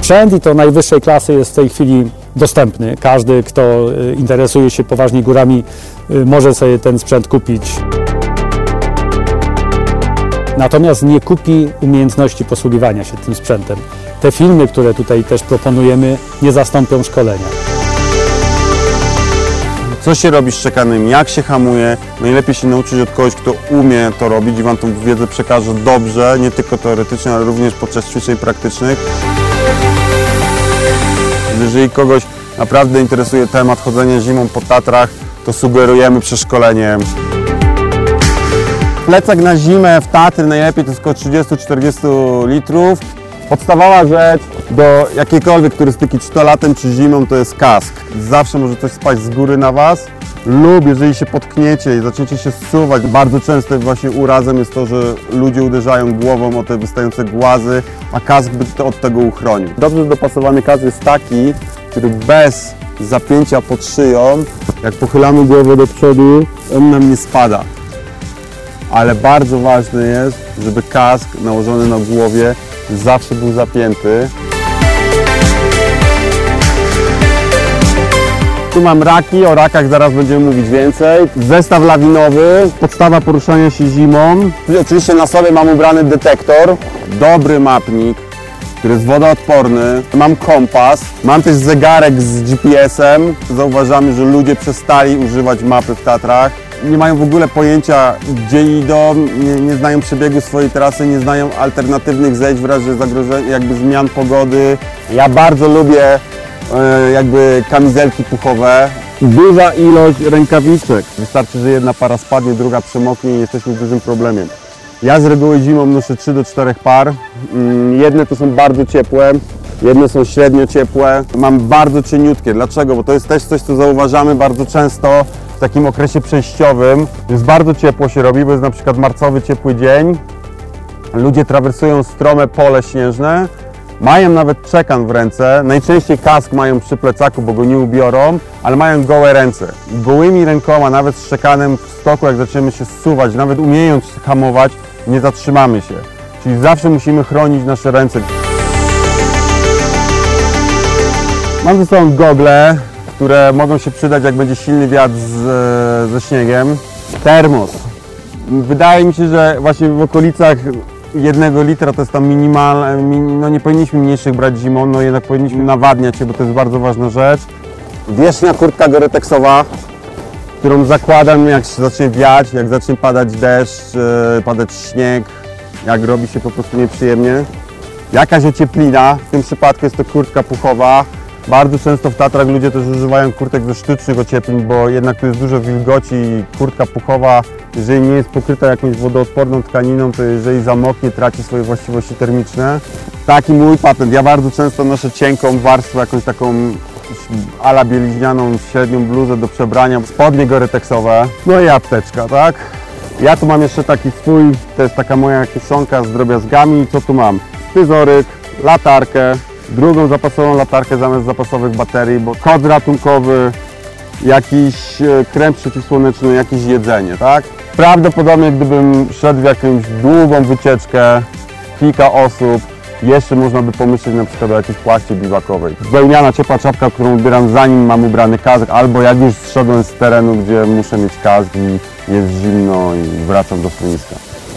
sprzęt i to najwyższej klasy jest w tej chwili dostępny. Każdy, kto interesuje się poważnie górami, może sobie ten sprzęt kupić. Natomiast nie kupi umiejętności posługiwania się tym sprzętem. Te filmy, które tutaj też proponujemy, nie zastąpią szkolenia. Co się robi z szczekanym, jak się hamuje. Najlepiej się nauczyć od kogoś, kto umie to robić i Wam tą wiedzę przekaże dobrze, nie tylko teoretycznie, ale również podczas ćwiczeń praktycznych. Jeżeli kogoś naprawdę interesuje temat chodzenia zimą po Tatrach, to sugerujemy przeszkolenie. Plecak na zimę w Tatry najlepiej to jest około 30-40 litrów. Podstawowa rzecz do jakiejkolwiek turystyki, czy to latem, czy zimą, to jest kask. Zawsze może coś spaść z góry na Was lub jeżeli się potkniecie i zaczniecie się zsuwać, bardzo często właśnie urazem jest to, że ludzie uderzają głową o te wystające głazy, a kask by od tego uchronił. Dobrze dopasowany kask jest taki, który bez zapięcia pod szyją, jak pochylamy głowę do przodu, on nam nie spada. Ale bardzo ważne jest, żeby kask nałożony na głowie zawsze był zapięty. Tu mam raki, o rakach zaraz będziemy mówić więcej. Zestaw lawinowy, podstawa poruszania się zimą. Oczywiście na sobie mam ubrany detektor, dobry mapnik, który jest wodoodporny. Mam kompas, mam też zegarek z GPS-em. Zauważamy, że ludzie przestali używać mapy w Tatrach. Nie mają w ogóle pojęcia, gdzie idą, nie znają przebiegu swojej trasy, nie znają alternatywnych zejść w razie zagrożenia, jakby zmian pogody. Ja bardzo lubię jakby kamizelki puchowe. Duża ilość rękawiczek. Wystarczy, że jedna para spadnie, druga przemoknie i jesteśmy w dużym problemie. Ja z reguły zimą noszę 3 do 4 par. Jedne to są bardzo ciepłe, jedne są średnio ciepłe. Mam bardzo cieniutkie. Dlaczego? Bo to jest też coś, co zauważamy bardzo często w takim okresie przejściowym. Jest bardzo ciepło się robi, bo jest na przykład marcowy, ciepły dzień. Ludzie trawersują strome pole śnieżne. Mają nawet czekan w ręce. Najczęściej kask mają przy plecaku, bo go nie ubiorą, ale mają gołe ręce. Gołymi rękoma, nawet z czekanem w stoku, jak zaczniemy się zsuwać, nawet umiejąc hamować, nie zatrzymamy się. Czyli zawsze musimy chronić nasze ręce. Mam ze sobą gogle, które mogą się przydać, jak będzie silny wiatr ze śniegiem. Termos. Wydaje mi się, że właśnie w okolicach 1 litra to jest tam minimalne, no nie powinniśmy mniejszych brać zimą, no jednak powinniśmy nawadniać się, bo to jest bardzo ważna rzecz. Wierzchnia kurtka goreteksowa, którą zakładam, jak się zacznie wiać, jak zacznie padać deszcz, padać śnieg, jak robi się po prostu nieprzyjemnie. Jakaś ocieplina, w tym przypadku jest to kurtka puchowa. Bardzo często w Tatrach ludzie też używają kurtek ze sztucznych ocieplin, bo jednak tu jest dużo wilgoci i kurtka puchowa, jeżeli nie jest pokryta jakąś wodoodporną tkaniną, to jeżeli zamoknie, traci swoje właściwości termiczne. Taki mój patent. Ja bardzo często noszę cienką warstwę, jakąś taką ala bieliźnianą, średnią bluzę do przebrania, spodnie goreteksowe, no i apteczka, tak? Ja tu mam jeszcze taki swój, to jest taka moja kieszonka z drobiazgami. Co tu mam? Scyzoryk, latarkę, drugą zapasową latarkę zamiast zapasowych baterii, bo kod ratunkowy, jakiś krem przeciwsłoneczny, jakieś jedzenie, tak? Prawdopodobnie gdybym szedł w jakąś długą wycieczkę, kilka osób, jeszcze można by pomyśleć na przykład o jakiejś płachcie biwakowej. Wełniana ciepła czapka, którą ubieram zanim mam ubrany kask, albo jak już zszedłem z terenu, gdzie muszę mieć kask i jest zimno i wracam do schroniska.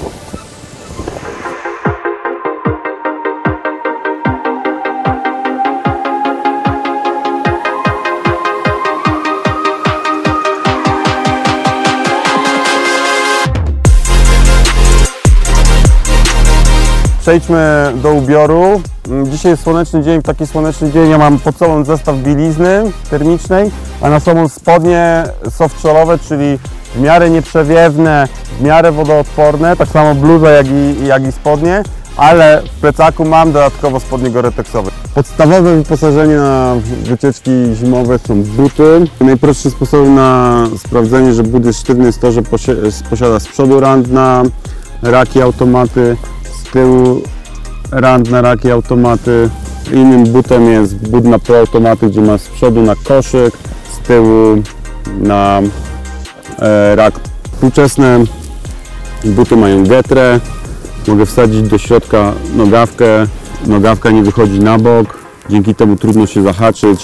Przejdźmy do ubioru. Dzisiaj jest słoneczny dzień, w taki słoneczny dzień ja mam pod sobą zestaw bielizny termicznej, a na sobą spodnie softsholowe, czyli w miarę nieprzewiewne, w miarę wodoodporne, tak samo bluza jak i spodnie, ale w plecaku mam dodatkowo spodnie goreteksowe. Podstawowe wyposażenie na wycieczki zimowe są buty. Najprostszy sposób na sprawdzenie, że but jest sztywny, jest to, że posiada z przodu rand na raki automaty, z tyłu rand na raki automaty. Innym butem jest but na proautomaty, gdzie ma z przodu na koszyk, z tyłu na rak. Współczesne buty mają getrę. Mogę wsadzić do środka nogawkę. Nogawka nie wychodzi na bok. Dzięki temu trudno się zahaczyć.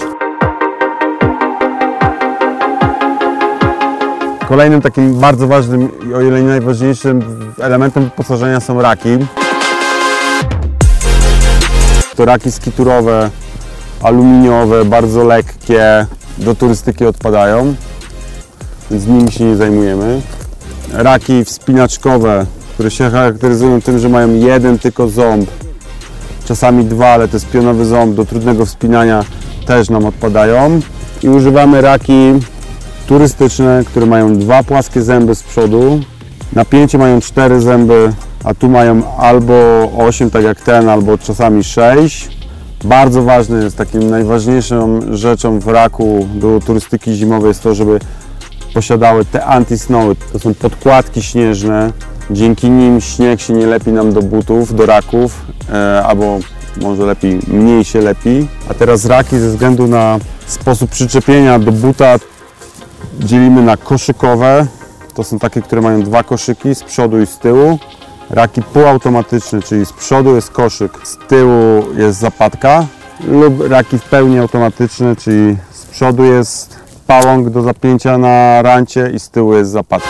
Kolejnym takim bardzo ważnym, o ile nie najważniejszym elementem wyposażenia są raki. To raki skiturowe, aluminiowe, bardzo lekkie, do turystyki odpadają, więc nimi się nie zajmujemy. Raki wspinaczkowe, które się charakteryzują tym, że mają jeden tylko ząb, czasami dwa, ale to jest pionowy ząb, do trudnego wspinania też nam odpadają. I używamy raki turystyczne, które mają dwa płaskie zęby z przodu. Napięcie mają 4 zęby, a tu mają albo 8, tak jak ten, albo czasami 6. Bardzo ważne jest, takim najważniejszą rzeczą w raku do turystyki zimowej jest to, żeby posiadały te anti-snowy. To są podkładki śnieżne. Dzięki nim śnieg się nie lepi nam do butów, do raków, albo może lepiej, mniej się lepi. A teraz raki ze względu na sposób przyczepienia do buta dzielimy na koszykowe. To są takie, które mają 2 koszyki z przodu i z tyłu. Raki półautomatyczne, czyli z przodu jest koszyk, z tyłu jest zapadka. Lub raki w pełni automatyczne, czyli z przodu jest pałąk do zapięcia na rancie i z tyłu jest zapadka.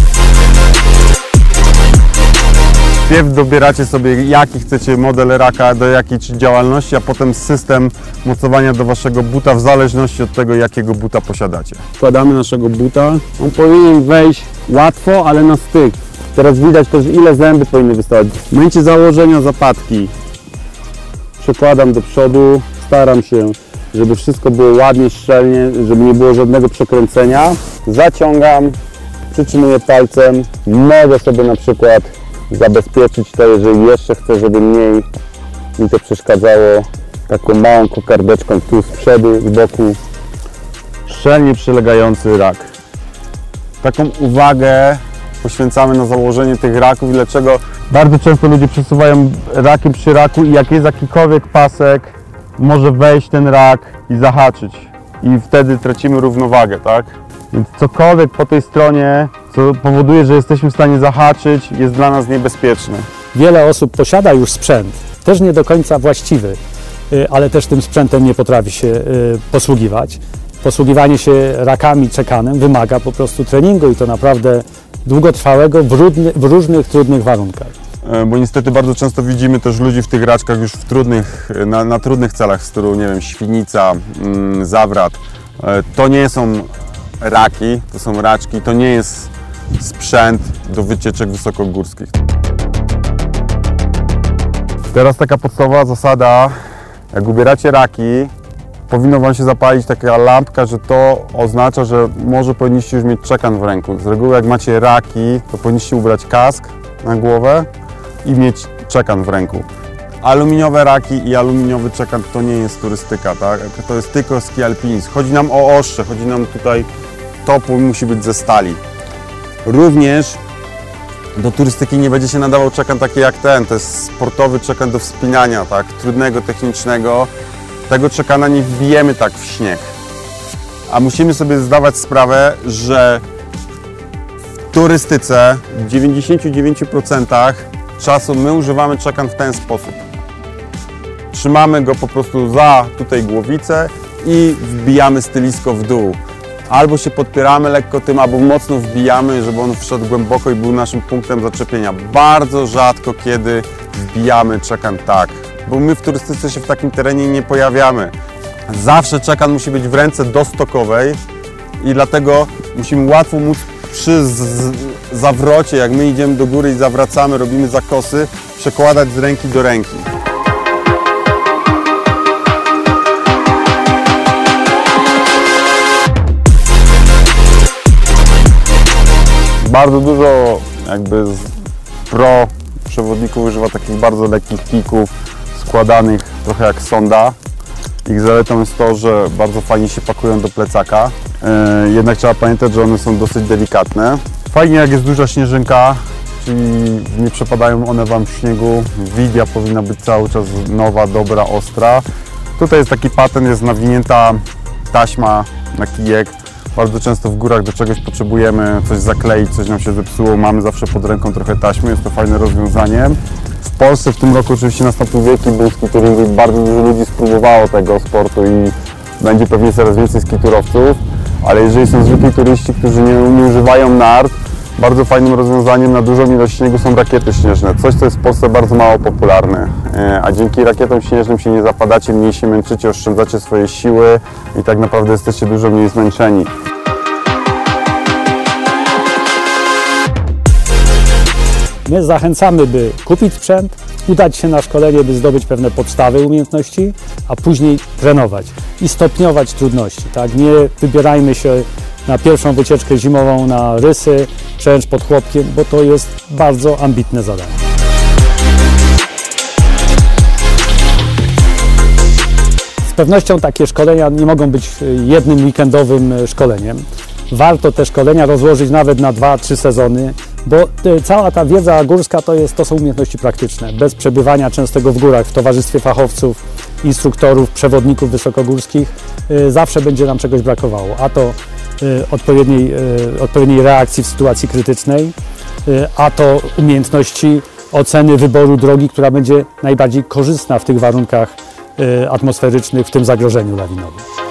Najpierw dobieracie sobie, jaki chcecie model raka, do jakiej działalności, a potem system mocowania do waszego buta w zależności od tego, jakiego buta posiadacie. Wkładamy naszego buta. On powinien wejść łatwo, ale na styk. Teraz widać też, ile zęby powinny wystawać. W momencie założenia zapadki przekładam do przodu, staram się, żeby wszystko było ładnie, szczelnie, żeby nie było żadnego przekręcenia. Zaciągam, przytrzymuję palcem. Mogę sobie na przykład zabezpieczyć to, jeżeli jeszcze chcę, żeby mniej mi to przeszkadzało, taką małą kokardeczką tu z przodu, z boku. Szczelnie przylegający rak. Taką uwagę poświęcamy na założenie tych raków i dlaczego bardzo często ludzie przesuwają raki przy raku i jak jest jakikolwiek pasek, może wejść ten rak i zahaczyć i wtedy tracimy równowagę, tak? Więc cokolwiek po tej stronie, co powoduje, że jesteśmy w stanie zahaczyć, jest dla nas niebezpieczne. Wiele osób posiada już sprzęt, też nie do końca właściwy, ale też tym sprzętem nie potrafi się posługiwać. Posługiwanie się rakami czekanem wymaga po prostu treningu i to naprawdę długotrwałego w różnych trudnych warunkach. Bo niestety bardzo często widzimy też ludzi w tych raczkach już w trudnych, na trudnych celach w stylu, nie wiem, świnica, zawrat. To nie są raki, to są raczki, to nie jest sprzęt do wycieczek wysokogórskich. Teraz taka podstawowa zasada, jak ubieracie raki, powinno wam się zapalić taka lampka, że to oznacza, że może powinniście już mieć czekan w ręku. Z reguły jak macie raki, to powinniście ubrać kask na głowę i mieć czekan w ręku. Aluminiowe raki i aluminiowy czekan to nie jest turystyka, tak? To jest tylko ski alpinizm. Chodzi nam o ostrze, chodzi nam tutaj, topór musi być ze stali. Również do turystyki nie będzie się nadawał czekan taki jak ten, to jest sportowy czekan do wspinania, tak? Trudnego, technicznego. Tego czekana nie wbijemy tak w śnieg. A musimy sobie zdawać sprawę, że w turystyce w 99% czasu my używamy czekan w ten sposób. Trzymamy go po prostu za tutaj głowicę i wbijamy stylisko w dół. Albo się podpieramy lekko tym, albo mocno wbijamy, żeby on wszedł głęboko i był naszym punktem zaczepienia. Bardzo rzadko kiedy wbijamy czekan tak, bo my w turystyce się w takim terenie nie pojawiamy. Zawsze czekan musi być w ręce dostokowej i dlatego musimy łatwo móc przy zawrocie, jak my idziemy do góry i zawracamy, robimy zakosy, przekładać z ręki do ręki. Bardzo dużo jakby pro przewodników używa takich bardzo lekkich pików, składanych trochę jak sonda. Ich zaletą jest to, że bardzo fajnie się pakują do plecaka, jednak trzeba pamiętać, że one są dosyć delikatne. Fajnie jak jest duża śnieżynka, czyli nie przepadają one Wam w śniegu. Widja powinna być cały czas nowa, dobra, ostra. Tutaj jest taki patent, jest nawinięta taśma na kijek. Bardzo często w górach do czegoś potrzebujemy coś zakleić, coś nam się zepsuło, mamy zawsze pod ręką trochę taśmy, jest to fajne rozwiązanie. W Polsce w tym roku oczywiście nastąpił wielki boom skituringu i bardzo dużo ludzi spróbowało tego sportu i będzie pewnie coraz więcej skiturowców, ale jeżeli są zwykli turyści, którzy nie używają nart, bardzo fajnym rozwiązaniem na dużą ilość śniegu są rakiety śnieżne, coś co jest w Polsce bardzo mało popularne, a dzięki rakietom śnieżnym się nie zapadacie, mniej się męczycie, oszczędzacie swoje siły i tak naprawdę jesteście dużo mniej zmęczeni. My zachęcamy, by kupić sprzęt, udać się na szkolenie, by zdobyć pewne podstawy umiejętności, a później trenować i stopniować trudności. Tak? Nie wybierajmy się na pierwszą wycieczkę zimową na Rysy, Przęcz pod Chłopkiem, bo to jest bardzo ambitne zadanie. Z pewnością takie szkolenia nie mogą być jednym weekendowym szkoleniem. Warto te szkolenia rozłożyć nawet na 2-3 sezony, bo cała ta wiedza górska to są umiejętności praktyczne. Bez przebywania częstego w górach, w towarzystwie fachowców, instruktorów, przewodników wysokogórskich zawsze będzie nam czegoś brakowało, a to odpowiedniej reakcji w sytuacji krytycznej, a to umiejętności oceny wyboru drogi, która będzie najbardziej korzystna w tych warunkach atmosferycznych, w tym zagrożeniu lawinowym.